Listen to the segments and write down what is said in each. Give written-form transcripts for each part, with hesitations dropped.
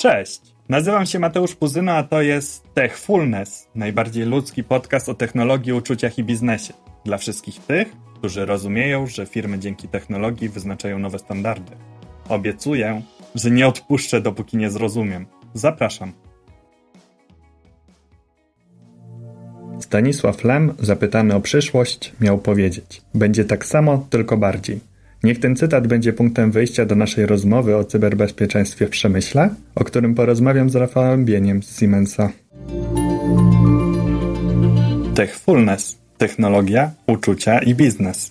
Cześć, nazywam się Mateusz Puzyno, a to jest Techfulness, najbardziej ludzki podcast o technologii, uczuciach i biznesie. Dla wszystkich tych, którzy rozumieją, że firmy dzięki technologii wyznaczają nowe standardy. Obiecuję, że nie odpuszczę, dopóki nie zrozumiem. Zapraszam. Stanisław Lem, zapytany o przyszłość, miał powiedzieć: będzie tak samo, tylko bardziej. Niech ten cytat będzie punktem wyjścia do naszej rozmowy o cyberbezpieczeństwie w przemyśle, o którym porozmawiam z Rafałem Bieniem z Siemensa. Techfulness. Technologia, uczucia i biznes.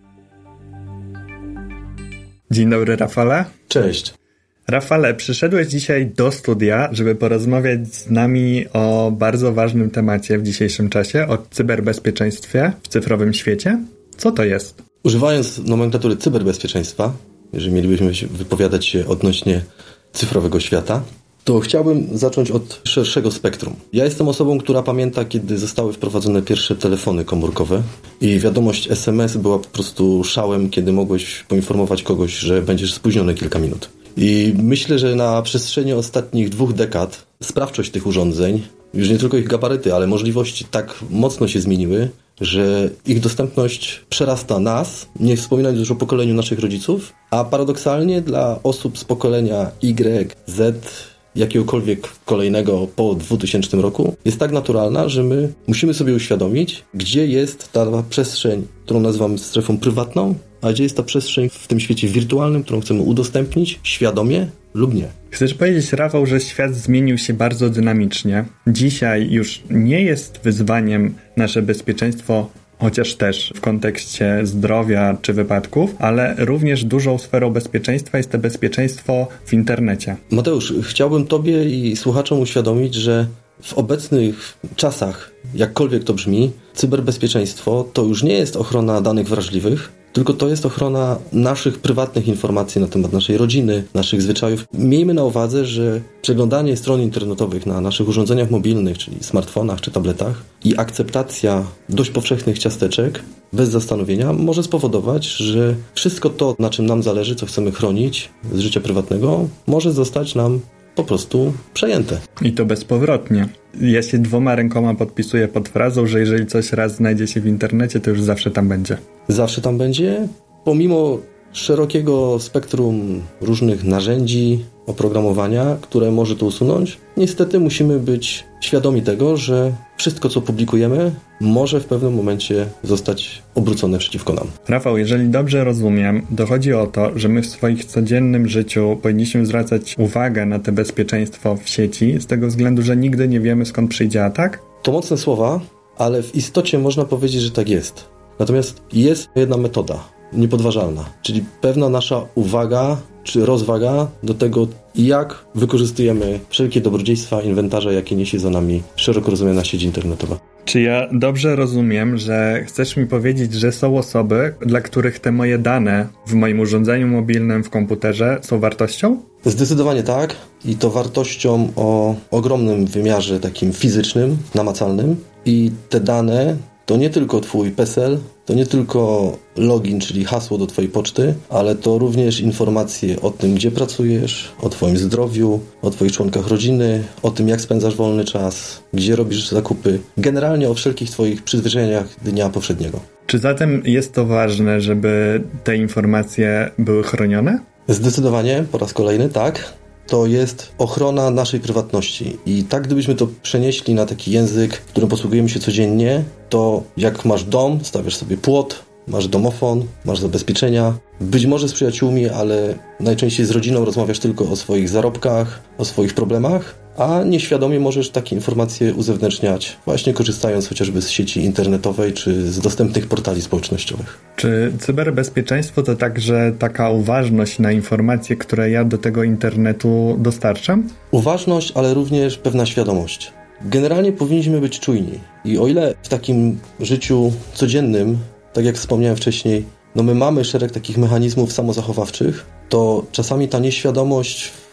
Dzień dobry, Rafale. Cześć. Rafale, przyszedłeś dzisiaj do studia, żeby porozmawiać z nami o bardzo ważnym temacie w dzisiejszym czasie, o cyberbezpieczeństwie w cyfrowym świecie. Co to jest? Używając nomenklatury cyberbezpieczeństwa, jeżeli mielibyśmy wypowiadać się odnośnie cyfrowego świata, to chciałbym zacząć od szerszego spektrum. Ja jestem osobą, która pamięta, kiedy zostały wprowadzone pierwsze telefony komórkowe i wiadomość SMS była po prostu szałem, kiedy mogłeś poinformować kogoś, że będziesz spóźniony kilka minut. I myślę, że na przestrzeni ostatnich 2 dekad sprawczość tych urządzeń, już nie tylko ich gabaryty, ale możliwości tak mocno się zmieniły, że ich dostępność przerasta nas, nie wspominając już o pokoleniu naszych rodziców, a paradoksalnie dla osób z pokolenia Y, Z, jakiegokolwiek kolejnego po 2000 roku, jest tak naturalna, że my musimy sobie uświadomić, gdzie jest ta przestrzeń, którą nazywamy strefą prywatną, a gdzie jest ta przestrzeń w tym świecie wirtualnym, którą chcemy udostępnić świadomie lub nie. Chcesz powiedzieć, Rafał, że świat zmienił się bardzo dynamicznie. Dzisiaj już nie jest wyzwaniem nasze bezpieczeństwo, chociaż też w kontekście zdrowia czy wypadków, ale również dużą sferą bezpieczeństwa jest to bezpieczeństwo w internecie. Mateusz, chciałbym Tobie i słuchaczom uświadomić, że w obecnych czasach, jakkolwiek to brzmi, cyberbezpieczeństwo to już nie jest ochrona danych wrażliwych, tylko to jest ochrona naszych prywatnych informacji na temat naszej rodziny, naszych zwyczajów. Miejmy na uwadze, że przeglądanie stron internetowych na naszych urządzeniach mobilnych, czyli smartfonach czy tabletach i akceptacja dość powszechnych ciasteczek bez zastanowienia może spowodować, że wszystko to, na czym nam zależy, co chcemy chronić z życia prywatnego, może zostać nam po prostu przejęte. I to bezpowrotnie. Ja się 2 rękoma podpisuję pod frazą, że jeżeli coś raz znajdzie się w internecie, to już zawsze tam będzie. Zawsze tam będzie, pomimo szerokiego spektrum różnych narzędzi, oprogramowania, które może to usunąć. Niestety musimy być świadomi tego, że wszystko, co publikujemy, może w pewnym momencie zostać obrócone przeciwko nam. Rafał, jeżeli dobrze rozumiem, dochodzi o to, że my w swoim codziennym życiu powinniśmy zwracać uwagę na to bezpieczeństwo w sieci, z tego względu, że nigdy nie wiemy, skąd przyjdzie atak? To mocne słowa, ale w istocie można powiedzieć, że tak jest. Natomiast jest jedna metoda, niepodważalna, czyli pewna nasza uwaga czy rozwaga do tego, jak wykorzystujemy wszelkie dobrodziejstwa inwentarza, jakie niesie za nami szeroko rozumiana sieć internetowa. Czy ja dobrze rozumiem, że chcesz mi powiedzieć, że są osoby, dla których te moje dane w moim urządzeniu mobilnym, w komputerze są wartością? Zdecydowanie tak. I to wartością o ogromnym wymiarze takim fizycznym, namacalnym. I te dane to nie tylko Twój PESEL, to nie tylko login, czyli hasło do Twojej poczty, ale to również informacje o tym, gdzie pracujesz, o Twoim zdrowiu, o Twoich członkach rodziny, o tym, jak spędzasz wolny czas, gdzie robisz zakupy, generalnie o wszelkich Twoich przyzwyczajeniach dnia powszedniego. Czy zatem jest to ważne, żeby te informacje były chronione? Zdecydowanie, po raz kolejny tak. To jest ochrona naszej prywatności. I tak gdybyśmy to przenieśli na taki język, którym posługujemy się codziennie, to jak masz dom, stawiasz sobie płot, masz domofon, masz zabezpieczenia, być może z przyjaciółmi, ale najczęściej z rodziną rozmawiasz tylko o swoich zarobkach, o swoich problemach, a nieświadomie możesz takie informacje uzewnętrzniać, właśnie korzystając chociażby z sieci internetowej czy z dostępnych portali społecznościowych. Czy cyberbezpieczeństwo to także taka uważność na informacje, które ja do tego internetu dostarczam? Uważność, ale również pewna świadomość. Generalnie powinniśmy być czujni i o ile w takim życiu codziennym, tak jak wspomniałem wcześniej, my mamy szereg takich mechanizmów samozachowawczych, to czasami ta nieświadomość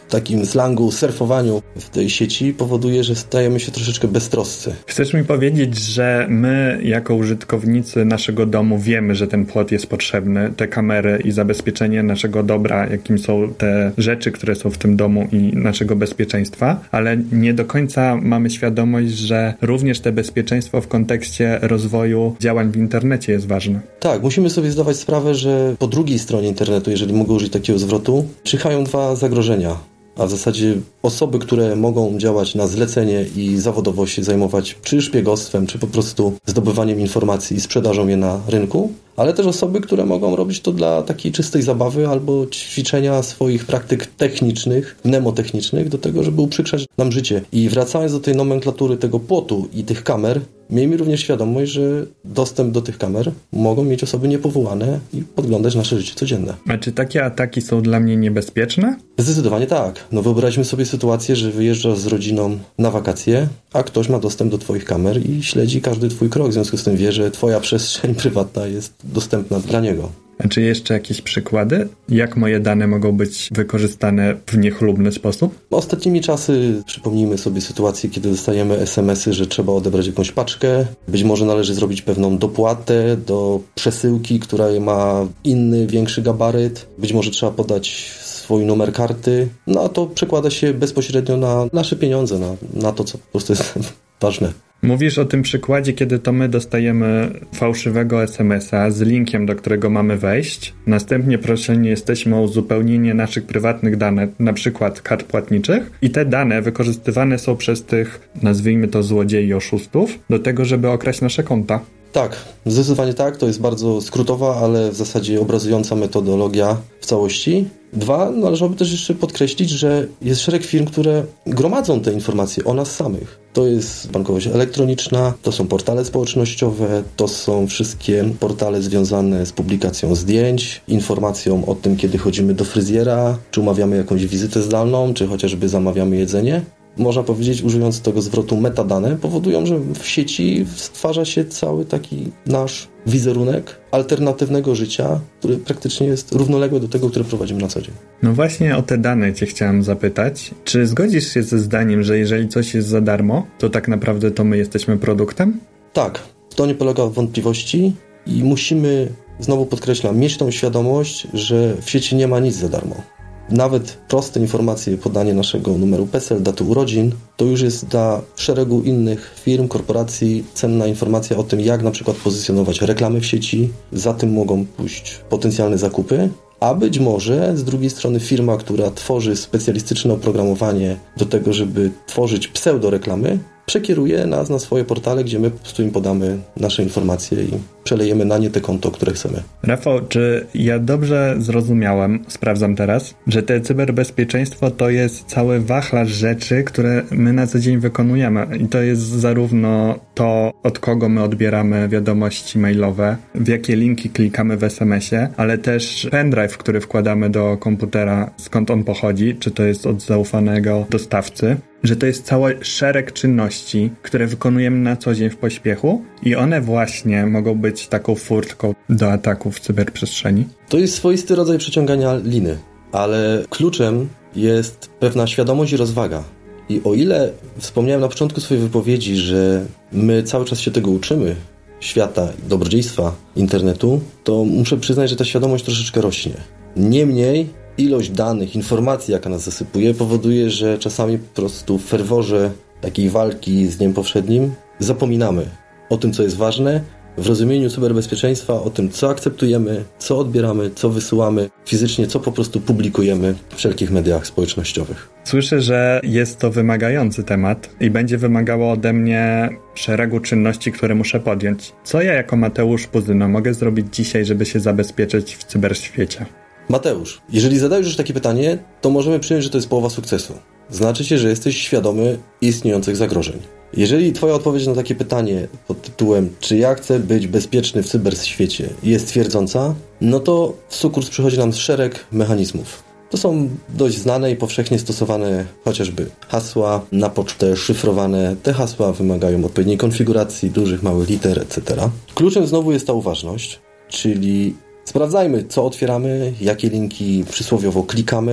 takim slangu, surfowaniu w tej sieci powoduje, że stajemy się troszeczkę beztroscy. Chcesz mi powiedzieć, że my jako użytkownicy naszego domu wiemy, że ten płot jest potrzebny, te kamery i zabezpieczenie naszego dobra, jakim są te rzeczy, które są w tym domu i naszego bezpieczeństwa, ale nie do końca mamy świadomość, że również te bezpieczeństwo w kontekście rozwoju działań w internecie jest ważne. Tak, musimy sobie zdawać sprawę, że po drugiej stronie internetu, jeżeli mogę użyć takiego zwrotu, czyhają dwa zagrożenia. A w zasadzie osoby, które mogą działać na zlecenie i zawodowo się zajmować czy szpiegostwem, czy po prostu zdobywaniem informacji i sprzedażą je na rynku, ale też osoby, które mogą robić to dla takiej czystej zabawy albo ćwiczenia swoich praktyk technicznych, mnemotechnicznych do tego, żeby uprzykrzać nam życie. I wracając do tej nomenklatury tego płotu i tych kamer, miejmy również świadomość, że dostęp do tych kamer mogą mieć osoby niepowołane i podglądać nasze życie codzienne. A czy takie ataki są dla mnie niebezpieczne? Zdecydowanie tak. No wyobraźmy sobie sytuację, że wyjeżdżasz z rodziną na wakacje, a ktoś ma dostęp do twoich kamer i śledzi każdy twój krok. W związku z tym wie, że twoja przestrzeń prywatna jest dostępna dla niego. A czy jeszcze jakieś przykłady? Jak moje dane mogą być wykorzystane w niechlubny sposób? Ostatnimi czasy przypomnijmy sobie sytuację, kiedy dostajemy SMS-y, że trzeba odebrać jakąś paczkę. Być może należy zrobić pewną dopłatę do przesyłki, która ma inny, większy gabaryt. Być może trzeba podać swój numer karty. No a to przekłada się bezpośrednio na nasze pieniądze, na to, co po prostu jest ważne. Mówisz o tym przykładzie, kiedy to my dostajemy fałszywego SMS-a z linkiem, do którego mamy wejść. Następnie proszeni jesteśmy o uzupełnienie naszych prywatnych danych, na przykład kart płatniczych, i te dane wykorzystywane są przez tych, nazwijmy to, złodziei, oszustów, do tego, żeby okraść nasze konta. Tak, zdecydowanie tak. To jest bardzo skrótowa, ale w zasadzie obrazująca metodologia w całości. Dwa, należałoby też jeszcze podkreślić, że jest szereg firm, które gromadzą te informacje o nas samych. To jest bankowość elektroniczna, to są portale społecznościowe, to są wszystkie portale związane z publikacją zdjęć, informacją o tym, kiedy chodzimy do fryzjera, czy umawiamy jakąś wizytę zdalną, czy chociażby zamawiamy jedzenie. Można powiedzieć, używając tego zwrotu, metadane powodują, że w sieci stwarza się cały taki nasz wizerunek alternatywnego życia, który praktycznie jest równoległy do tego, które prowadzimy na co dzień. No właśnie o te dane cię chciałem zapytać. Czy zgodzisz się ze zdaniem, że jeżeli coś jest za darmo, to tak naprawdę to my jesteśmy produktem? Tak, to nie polega wątpliwości i musimy, znowu podkreślam, mieć tą świadomość, że w sieci nie ma nic za darmo. Nawet proste informacje, podanie naszego numeru PESEL, daty urodzin, to już jest dla szeregu innych firm, korporacji cenna informacja o tym, jak na przykład pozycjonować reklamy w sieci. Za tym mogą pójść potencjalne zakupy, a być może z drugiej strony firma, która tworzy specjalistyczne oprogramowanie do tego, żeby tworzyć pseudoreklamy, przekieruje nas na swoje portale, gdzie my po prostu im podamy nasze informacje i przelejemy na nie te konto, które chcemy. Rafał, czy ja dobrze zrozumiałem, sprawdzam teraz, że te cyberbezpieczeństwo to jest cały wachlarz rzeczy, które my na co dzień wykonujemy i to jest zarówno to, od kogo my odbieramy wiadomości mailowe, w jakie linki klikamy w SMS-ie, ale też pendrive, który wkładamy do komputera, skąd on pochodzi, czy to jest od zaufanego dostawcy, że to jest cały szereg czynności, które wykonujemy na co dzień w pośpiechu i one właśnie mogą być taką furtką do ataków w cyberprzestrzeni. To jest swoisty rodzaj przeciągania liny, ale kluczem jest pewna świadomość i rozwaga. I o ile wspomniałem na początku swojej wypowiedzi, że my cały czas się tego uczymy, świata, dobrodziejstwa internetu, to muszę przyznać, że ta świadomość troszeczkę rośnie. Niemniej ilość danych, informacji, jaka nas zasypuje, powoduje, że czasami po prostu w ferworze takiej walki z dniem powszednim zapominamy o tym, co jest ważne, w rozumieniu cyberbezpieczeństwa, o tym, co akceptujemy, co odbieramy, co wysyłamy fizycznie, co po prostu publikujemy w wszelkich mediach społecznościowych. Słyszę, że jest to wymagający temat i będzie wymagało ode mnie szeregu czynności, które muszę podjąć. Co ja jako Mateusz Puzyna mogę zrobić dzisiaj, żeby się zabezpieczyć w cyberświecie? Mateusz, jeżeli zadajesz już takie pytanie, to możemy przyjąć, że to jest połowa sukcesu. Znaczy się, że jesteś świadomy istniejących zagrożeń. Jeżeli twoja odpowiedź na takie pytanie pod tytułem czy ja chcę być bezpieczny w cyberświecie jest twierdząca, no to w sukurs przychodzi nam szereg mechanizmów. To są dość znane i powszechnie stosowane chociażby hasła na pocztę szyfrowane. Te hasła wymagają odpowiedniej konfiguracji, dużych, małych liter, etc. Kluczem znowu jest ta uważność, czyli sprawdzajmy, co otwieramy, jakie linki przysłowiowo klikamy,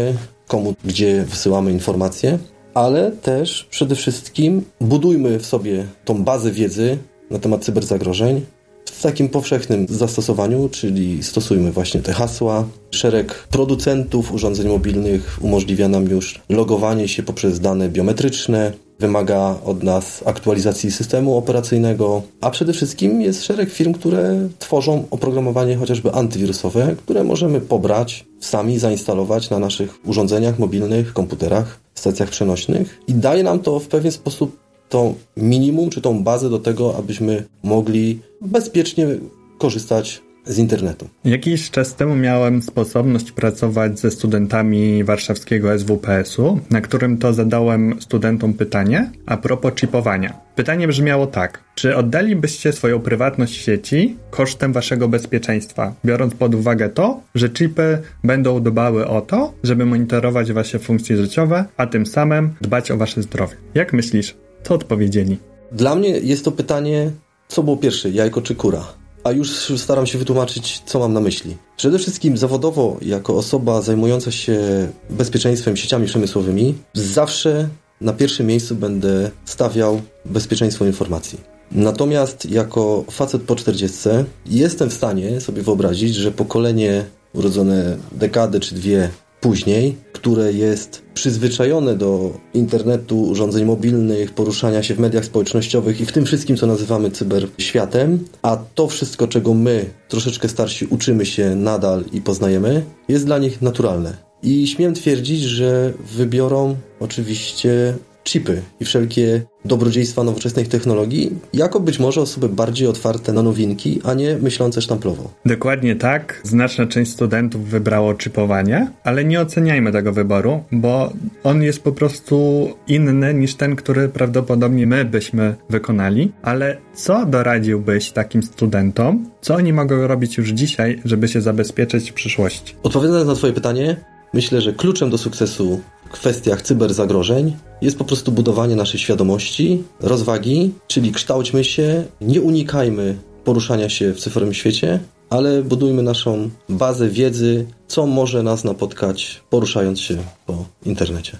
komu, gdzie wysyłamy informacje, ale też przede wszystkim budujmy w sobie tą bazę wiedzy na temat cyberzagrożeń w takim powszechnym zastosowaniu, czyli stosujmy właśnie te hasła. Szereg producentów urządzeń mobilnych umożliwia nam już logowanie się poprzez dane biometryczne, wymaga od nas aktualizacji systemu operacyjnego, a przede wszystkim jest szereg firm, które tworzą oprogramowanie chociażby antywirusowe, które możemy pobrać, sami zainstalować na naszych urządzeniach mobilnych, komputerach, stacjach przenośnych i daje nam to w pewien sposób to minimum, czy tą bazę do tego, abyśmy mogli bezpiecznie korzystać z internetu. Jakiś czas temu miałem sposobność pracować ze studentami warszawskiego SWPS-u, na którym to zadałem studentom pytanie a propos chipowania. Pytanie brzmiało tak: czy oddalibyście swoją prywatność w sieci kosztem waszego bezpieczeństwa, biorąc pod uwagę to, że chipy będą dbały o to, żeby monitorować wasze funkcje życiowe, a tym samym dbać o wasze zdrowie? Jak myślisz? Co odpowiedzieli? Dla mnie jest to pytanie, co było pierwsze, jajko czy kura? A już staram się wytłumaczyć, co mam na myśli. Przede wszystkim zawodowo, jako osoba zajmująca się bezpieczeństwem, sieciami przemysłowymi, zawsze na pierwszym miejscu będę stawiał bezpieczeństwo informacji. Natomiast jako facet po 40 jestem w stanie sobie wyobrazić, że pokolenie urodzone dekadę czy dwie później, które jest przyzwyczajone do internetu, urządzeń mobilnych, poruszania się w mediach społecznościowych i w tym wszystkim, co nazywamy cyberświatem, a to wszystko, czego my, troszeczkę starsi, uczymy się nadal i poznajemy, jest dla nich naturalne. I śmiem twierdzić, że wybiorą oczywiście chipy i wszelkie dobrodziejstwa nowoczesnych technologii, jako być może osoby bardziej otwarte na nowinki, a nie myślące sztamplowo. Dokładnie tak. Znaczna część studentów wybrało chipowanie, ale nie oceniajmy tego wyboru, bo on jest po prostu inny niż ten, który prawdopodobnie my byśmy wykonali. Ale co doradziłbyś takim studentom? Co oni mogą robić już dzisiaj, żeby się zabezpieczyć w przyszłości? Odpowiadając na twoje pytanie, myślę, że kluczem do sukcesu w kwestiach cyberzagrożeń jest po prostu budowanie naszej świadomości, rozwagi, czyli kształćmy się, nie unikajmy poruszania się w cyfrowym świecie, ale budujmy naszą bazę wiedzy, co może nas napotkać poruszając się po internecie.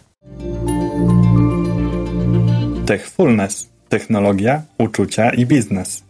Techfulness. Technologia, uczucia i biznes.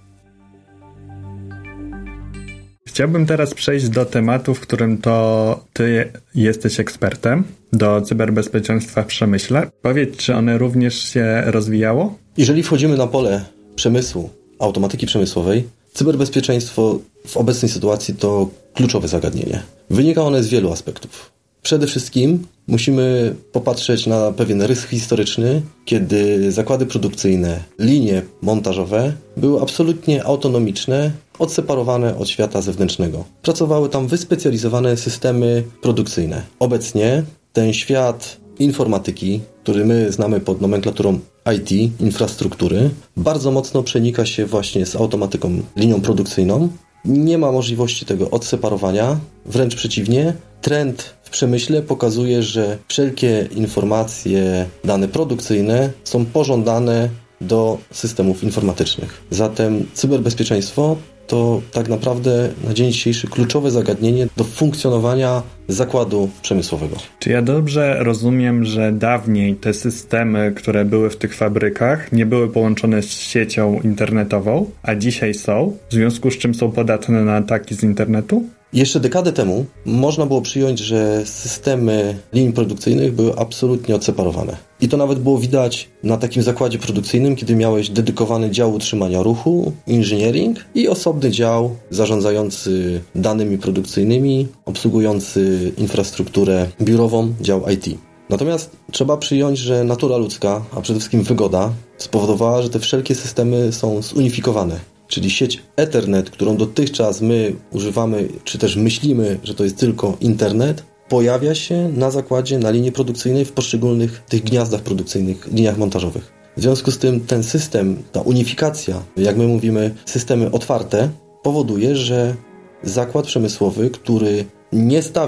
Chciałbym teraz przejść do tematu, w którym to ty jesteś ekspertem, do cyberbezpieczeństwa w przemyśle. Powiedz, czy one również się rozwijało? Jeżeli wchodzimy na pole przemysłu, automatyki przemysłowej, cyberbezpieczeństwo w obecnej sytuacji to kluczowe zagadnienie. Wynika one z wielu aspektów. Przede wszystkim musimy popatrzeć na pewien rys historyczny, kiedy zakłady produkcyjne, linie montażowe były absolutnie autonomiczne, odseparowane od świata zewnętrznego. Pracowały tam wyspecjalizowane systemy produkcyjne. Obecnie ten świat informatyki, który my znamy pod nomenklaturą IT, infrastruktury, bardzo mocno przenika się właśnie z automatyką, linią produkcyjną. Nie ma możliwości tego odseparowania, wręcz przeciwnie. Trend w przemyśle pokazuje, że wszelkie informacje, dane produkcyjne są pożądane do systemów informatycznych. Zatem cyberbezpieczeństwo to tak naprawdę na dzień dzisiejszy kluczowe zagadnienie do funkcjonowania zakładu przemysłowego. Czy ja dobrze rozumiem, że dawniej te systemy, które były w tych fabrykach, nie były połączone z siecią internetową, a dzisiaj są, w związku z czym są podatne na ataki z internetu? Jeszcze dekadę temu można było przyjąć, że systemy linii produkcyjnych były absolutnie odseparowane. I to nawet było widać na takim zakładzie produkcyjnym, kiedy miałeś dedykowany dział utrzymania ruchu, engineering i osobny dział zarządzający danymi produkcyjnymi, obsługujący infrastrukturę biurową, dział IT. Natomiast trzeba przyjąć, że natura ludzka, a przede wszystkim wygoda, spowodowała, że te wszelkie systemy są zunifikowane. Czyli sieć Ethernet, którą dotychczas my używamy, czy też myślimy, że to jest tylko internet, pojawia się na zakładzie, na linii produkcyjnej w poszczególnych tych gniazdach produkcyjnych, liniach montażowych. W związku z tym ten system, ta unifikacja, jak my mówimy, systemy otwarte, powoduje, że zakład przemysłowy, który nie stawia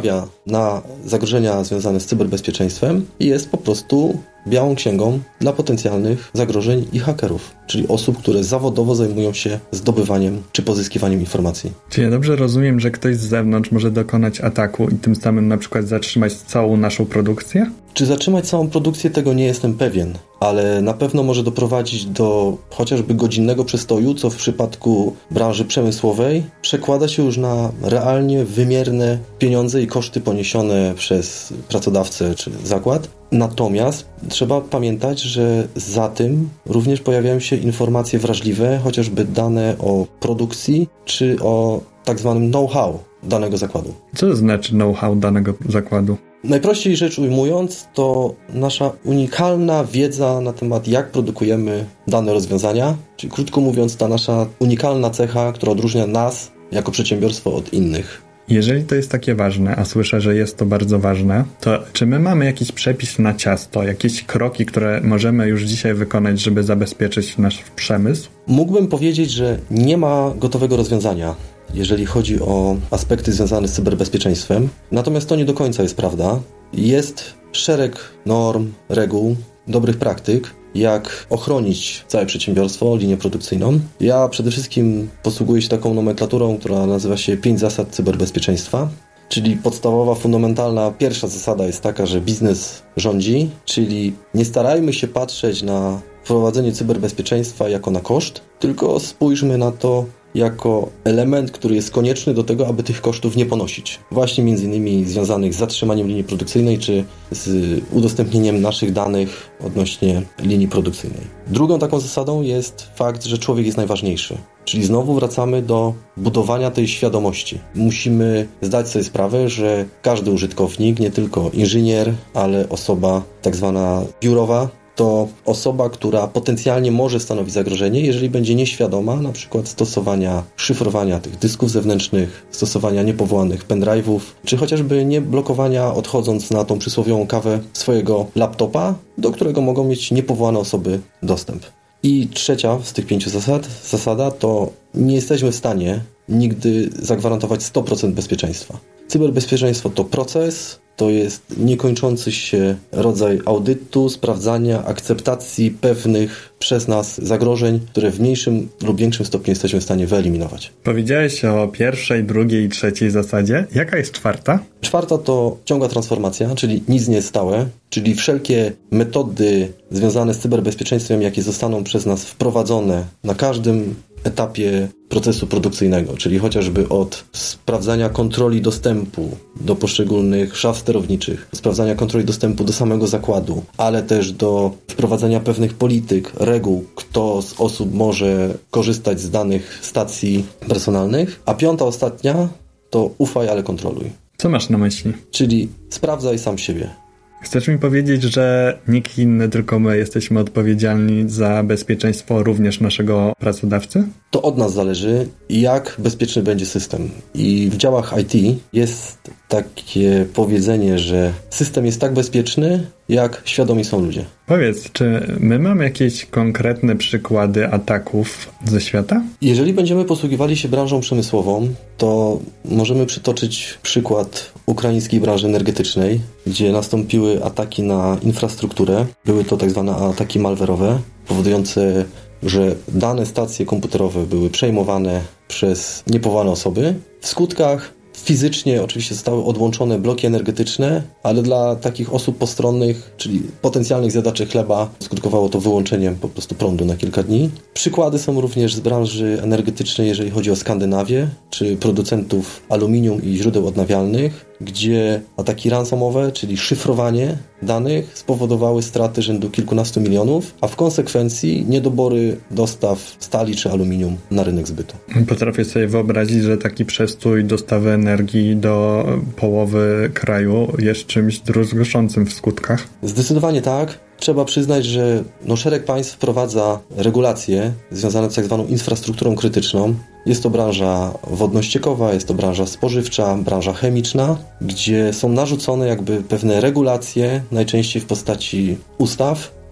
na zagrożenia związane z cyberbezpieczeństwem i jest po prostu białą księgą dla potencjalnych zagrożeń i hakerów, czyli osób, które zawodowo zajmują się zdobywaniem czy pozyskiwaniem informacji. Czy ja dobrze rozumiem, że ktoś z zewnątrz może dokonać ataku i tym samym na przykład zatrzymać całą naszą produkcję? Czy zatrzymać całą produkcję, tego nie jestem pewien, ale na pewno może doprowadzić do chociażby godzinnego przestoju, co w przypadku branży przemysłowej przekłada się już na realnie wymierne pieniądze i koszty poniesione przez pracodawcę czy zakład. Natomiast trzeba pamiętać, że za tym również pojawiają się informacje wrażliwe, chociażby dane o produkcji czy o tak zwanym know-how danego zakładu. Co to znaczy know-how danego zakładu? Najprościej rzecz ujmując, to nasza unikalna wiedza na temat, jak produkujemy dane rozwiązania, czyli krótko mówiąc, ta nasza unikalna cecha, która odróżnia nas jako przedsiębiorstwo od innych. Jeżeli to jest takie ważne, a słyszę, że jest to bardzo ważne, to czy my mamy jakiś przepis na ciasto, jakieś kroki, które możemy już dzisiaj wykonać, żeby zabezpieczyć nasz przemysł? Mógłbym powiedzieć, że nie ma gotowego rozwiązania, jeżeli chodzi o aspekty związane z cyberbezpieczeństwem. Natomiast to nie do końca jest prawda. Jest szereg norm, reguł, dobrych praktyk, jak ochronić całe przedsiębiorstwo, linię produkcyjną. Ja przede wszystkim posługuję się taką nomenklaturą, która nazywa się 5 zasad cyberbezpieczeństwa. Czyli podstawowa, fundamentalna, pierwsza zasada jest taka, że biznes rządzi, czyli nie starajmy się patrzeć na wprowadzenie cyberbezpieczeństwa jako na koszt, tylko spójrzmy na to jako element, który jest konieczny do tego, aby tych kosztów nie ponosić. Właśnie między innymi związanych z zatrzymaniem linii produkcyjnej, czy z udostępnieniem naszych danych odnośnie linii produkcyjnej. Drugą taką zasadą jest fakt, że człowiek jest najważniejszy. Czyli znowu wracamy do budowania tej świadomości. Musimy zdać sobie sprawę, że każdy użytkownik, nie tylko inżynier, ale osoba tak zwana biurowa, to osoba, która potencjalnie może stanowić zagrożenie, jeżeli będzie nieświadoma na przykład stosowania szyfrowania tych dysków zewnętrznych, stosowania niepowołanych pendrive'ów, czy chociażby nie blokowania, odchodząc na tą przysłowiową kawę, swojego laptopa, do którego mogą mieć niepowołane osoby dostęp. I trzecia z tych 5 zasada to nie jesteśmy w stanie nigdy zagwarantować 100% bezpieczeństwa. Cyberbezpieczeństwo to proces, to jest niekończący się rodzaj audytu, sprawdzania, akceptacji pewnych przez nas zagrożeń, które w mniejszym lub większym stopniu jesteśmy w stanie wyeliminować. Powiedziałeś o pierwszej, drugiej i trzeciej zasadzie. Jaka jest czwarta? Czwarta to ciągła transformacja, czyli nic nie jest stałe, czyli wszelkie metody związane z cyberbezpieczeństwem, jakie zostaną przez nas wprowadzone na każdym etapie procesu produkcyjnego, czyli chociażby od sprawdzania kontroli dostępu do poszczególnych szaf sterowniczych, sprawdzania kontroli dostępu do samego zakładu, ale też do wprowadzania pewnych polityk, reguł, kto z osób może korzystać z danych stacji personalnych. A piąta, ostatnia to ufaj, ale kontroluj. Co masz na myśli? Czyli sprawdzaj sam siebie. Chcesz mi powiedzieć, że nikt inny, tylko my jesteśmy odpowiedzialni za bezpieczeństwo również naszego pracodawcy? To od nas zależy, jak bezpieczny będzie system. I w działach IT jest takie powiedzenie, że system jest tak bezpieczny, jak świadomi są ludzie. Powiedz, czy my mamy jakieś konkretne przykłady ataków ze świata? Jeżeli będziemy posługiwali się branżą przemysłową, to możemy przytoczyć przykład ukraińskiej branży energetycznej, gdzie nastąpiły ataki na infrastrukturę. Były to tak zwane ataki malware'owe, powodujące, że dane stacje komputerowe były przejmowane przez niepowołane osoby. W skutkach fizycznie oczywiście zostały odłączone bloki energetyczne, ale dla takich osób postronnych, czyli potencjalnych zjadaczy chleba, skutkowało to wyłączeniem po prostu prądu na kilka dni. Przykłady są również z branży energetycznej, jeżeli chodzi o Skandynawię, czy producentów aluminium i źródeł odnawialnych, gdzie ataki ransomowe, czyli szyfrowanie danych, spowodowały straty rzędu kilkunastu milionów, a w konsekwencji niedobory dostaw stali czy aluminium na rynek zbytu. Potrafię sobie wyobrazić, że taki przestój dostawy energii do połowy kraju jest czymś druzgoczącym w skutkach. Zdecydowanie tak. Trzeba przyznać, że szereg państw wprowadza regulacje związane z tak zwaną infrastrukturą krytyczną. Jest to branża wodno-ściekowa, jest to branża spożywcza, branża chemiczna, gdzie są narzucone jakby pewne regulacje, najczęściej w postaci ustaw,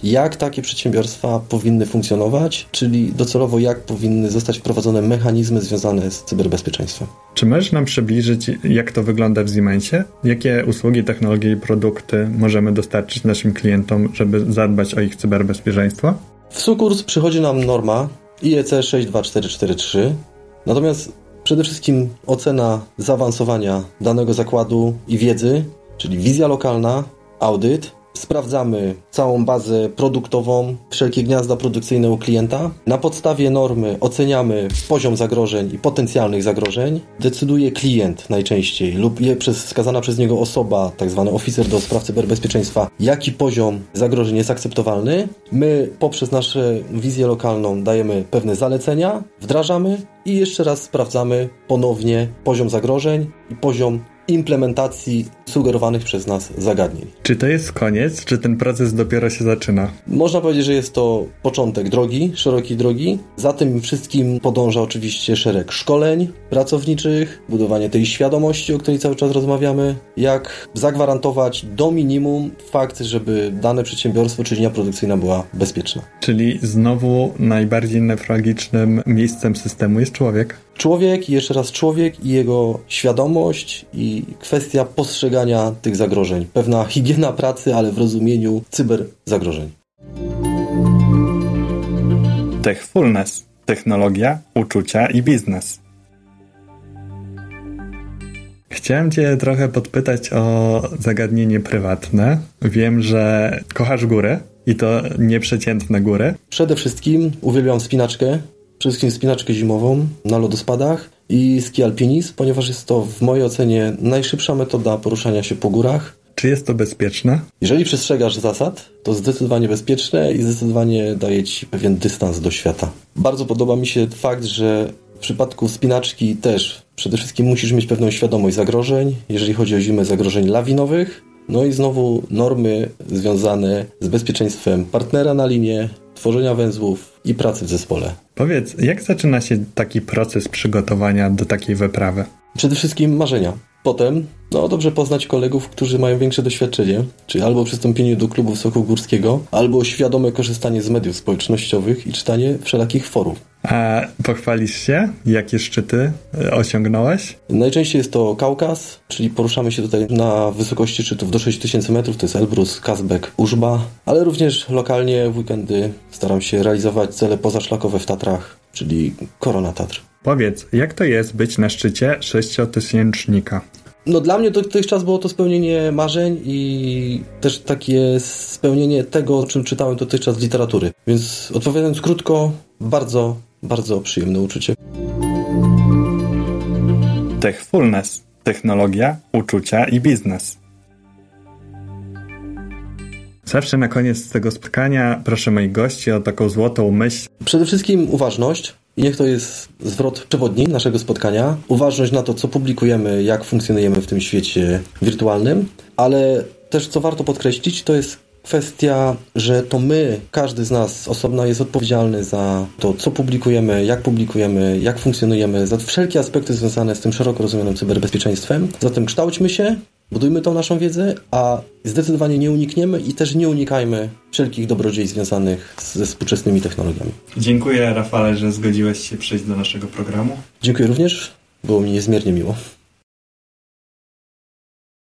jak takie przedsiębiorstwa powinny funkcjonować, czyli docelowo jak powinny zostać wprowadzone mechanizmy związane z cyberbezpieczeństwem. Czy możesz nam przybliżyć, jak to wygląda w Siemensie? Jakie usługi, technologie i produkty możemy dostarczyć naszym klientom, żeby zadbać o ich cyberbezpieczeństwo? W sukurs przychodzi nam norma IEC 62443, natomiast przede wszystkim ocena zaawansowania danego zakładu i wiedzy, czyli wizja lokalna, audyt. Sprawdzamy całą bazę produktową, wszelkie gniazda produkcyjne u klienta. Na podstawie normy oceniamy poziom zagrożeń i potencjalnych zagrożeń. Decyduje klient najczęściej lub wskazana przez niego osoba, tak zwany oficer do spraw cyberbezpieczeństwa, jaki poziom zagrożeń jest akceptowalny. My poprzez naszą wizję lokalną dajemy pewne zalecenia, wdrażamy i jeszcze raz sprawdzamy ponownie poziom zagrożeń i poziom implementacji sugerowanych przez nas zagadnień. Czy to jest koniec, czy ten proces dopiero się zaczyna? Można powiedzieć, że jest to początek drogi, szerokiej drogi. Za tym wszystkim podąża oczywiście szereg szkoleń pracowniczych, budowanie tej świadomości, o której cały czas rozmawiamy, jak zagwarantować do minimum fakt, żeby dane przedsiębiorstwo czy linia produkcyjna była bezpieczna. Czyli znowu najbardziej newralgicznym miejscem systemu jest człowiek. Człowiek i jeszcze raz człowiek i jego świadomość i kwestia postrzegania tych zagrożeń. Pewna higiena pracy, ale w rozumieniu cyberzagrożeń. Techfulness. Technologia, uczucia i biznes. Chciałem Cię trochę podpytać o zagadnienie prywatne. Wiem, że kochasz góry i to nieprzeciętne góry. Przede wszystkim uwielbiam wspinaczkę. Przede wszystkim wspinaczkę zimową na lodospadach i ski alpinizm, ponieważ jest to w mojej ocenie najszybsza metoda poruszania się po górach. Czy jest to bezpieczne? Jeżeli przestrzegasz zasad, to zdecydowanie bezpieczne i zdecydowanie daje Ci pewien dystans do świata. Bardzo podoba mi się fakt, że w przypadku wspinaczki też przede wszystkim musisz mieć pewną świadomość zagrożeń, jeżeli chodzi o zimę, zagrożeń lawinowych. No i znowu normy związane z bezpieczeństwem partnera na linie, tworzenia węzłów i pracy w zespole. Powiedz, jak zaczyna się taki proces przygotowania do takiej wyprawy? Przede wszystkim marzenia. Potem, dobrze poznać kolegów, którzy mają większe doświadczenie, czyli albo przystąpienie do klubu wysokogórskiego, albo świadome korzystanie z mediów społecznościowych i czytanie wszelakich forów. A pochwalisz się, jakie szczyty osiągnąłeś? Najczęściej jest to Kaukaz, czyli poruszamy się tutaj na wysokości szczytów do 6000 metrów, to jest Elbrus, Kazbek, Użba, ale również lokalnie w weekendy staram się realizować cele pozaszlakowe w Tatrach, czyli Korona Tatr. Powiedz, jak to jest być na szczycie 6-tysięcznika? Dla mnie dotychczas było to spełnienie marzeń i też takie spełnienie tego, o czym czytałem dotychczas z literatury. Więc odpowiadając krótko, bardzo, bardzo przyjemne uczucie. Techfulness. Technologia, uczucia i biznes. Zawsze na koniec tego spotkania proszę moich gości o taką złotą myśl. Przede wszystkim uważność. I niech to jest zwrot przewodni naszego spotkania. Uważność na to, co publikujemy, jak funkcjonujemy w tym świecie wirtualnym, ale też, co warto podkreślić, to jest kwestia, że to my, każdy z nas osobno jest odpowiedzialny za to, co publikujemy, jak funkcjonujemy, za wszelkie aspekty związane z tym szeroko rozumianym cyberbezpieczeństwem. Zatem kształćmy się, budujmy tą naszą wiedzę, a zdecydowanie nie unikniemy i też nie unikajmy wszelkich dobrodziejstw związanych ze współczesnymi technologiami. Dziękuję, Rafale, że zgodziłeś się przyjść do naszego programu. Dziękuję również, było mi niezmiernie miło.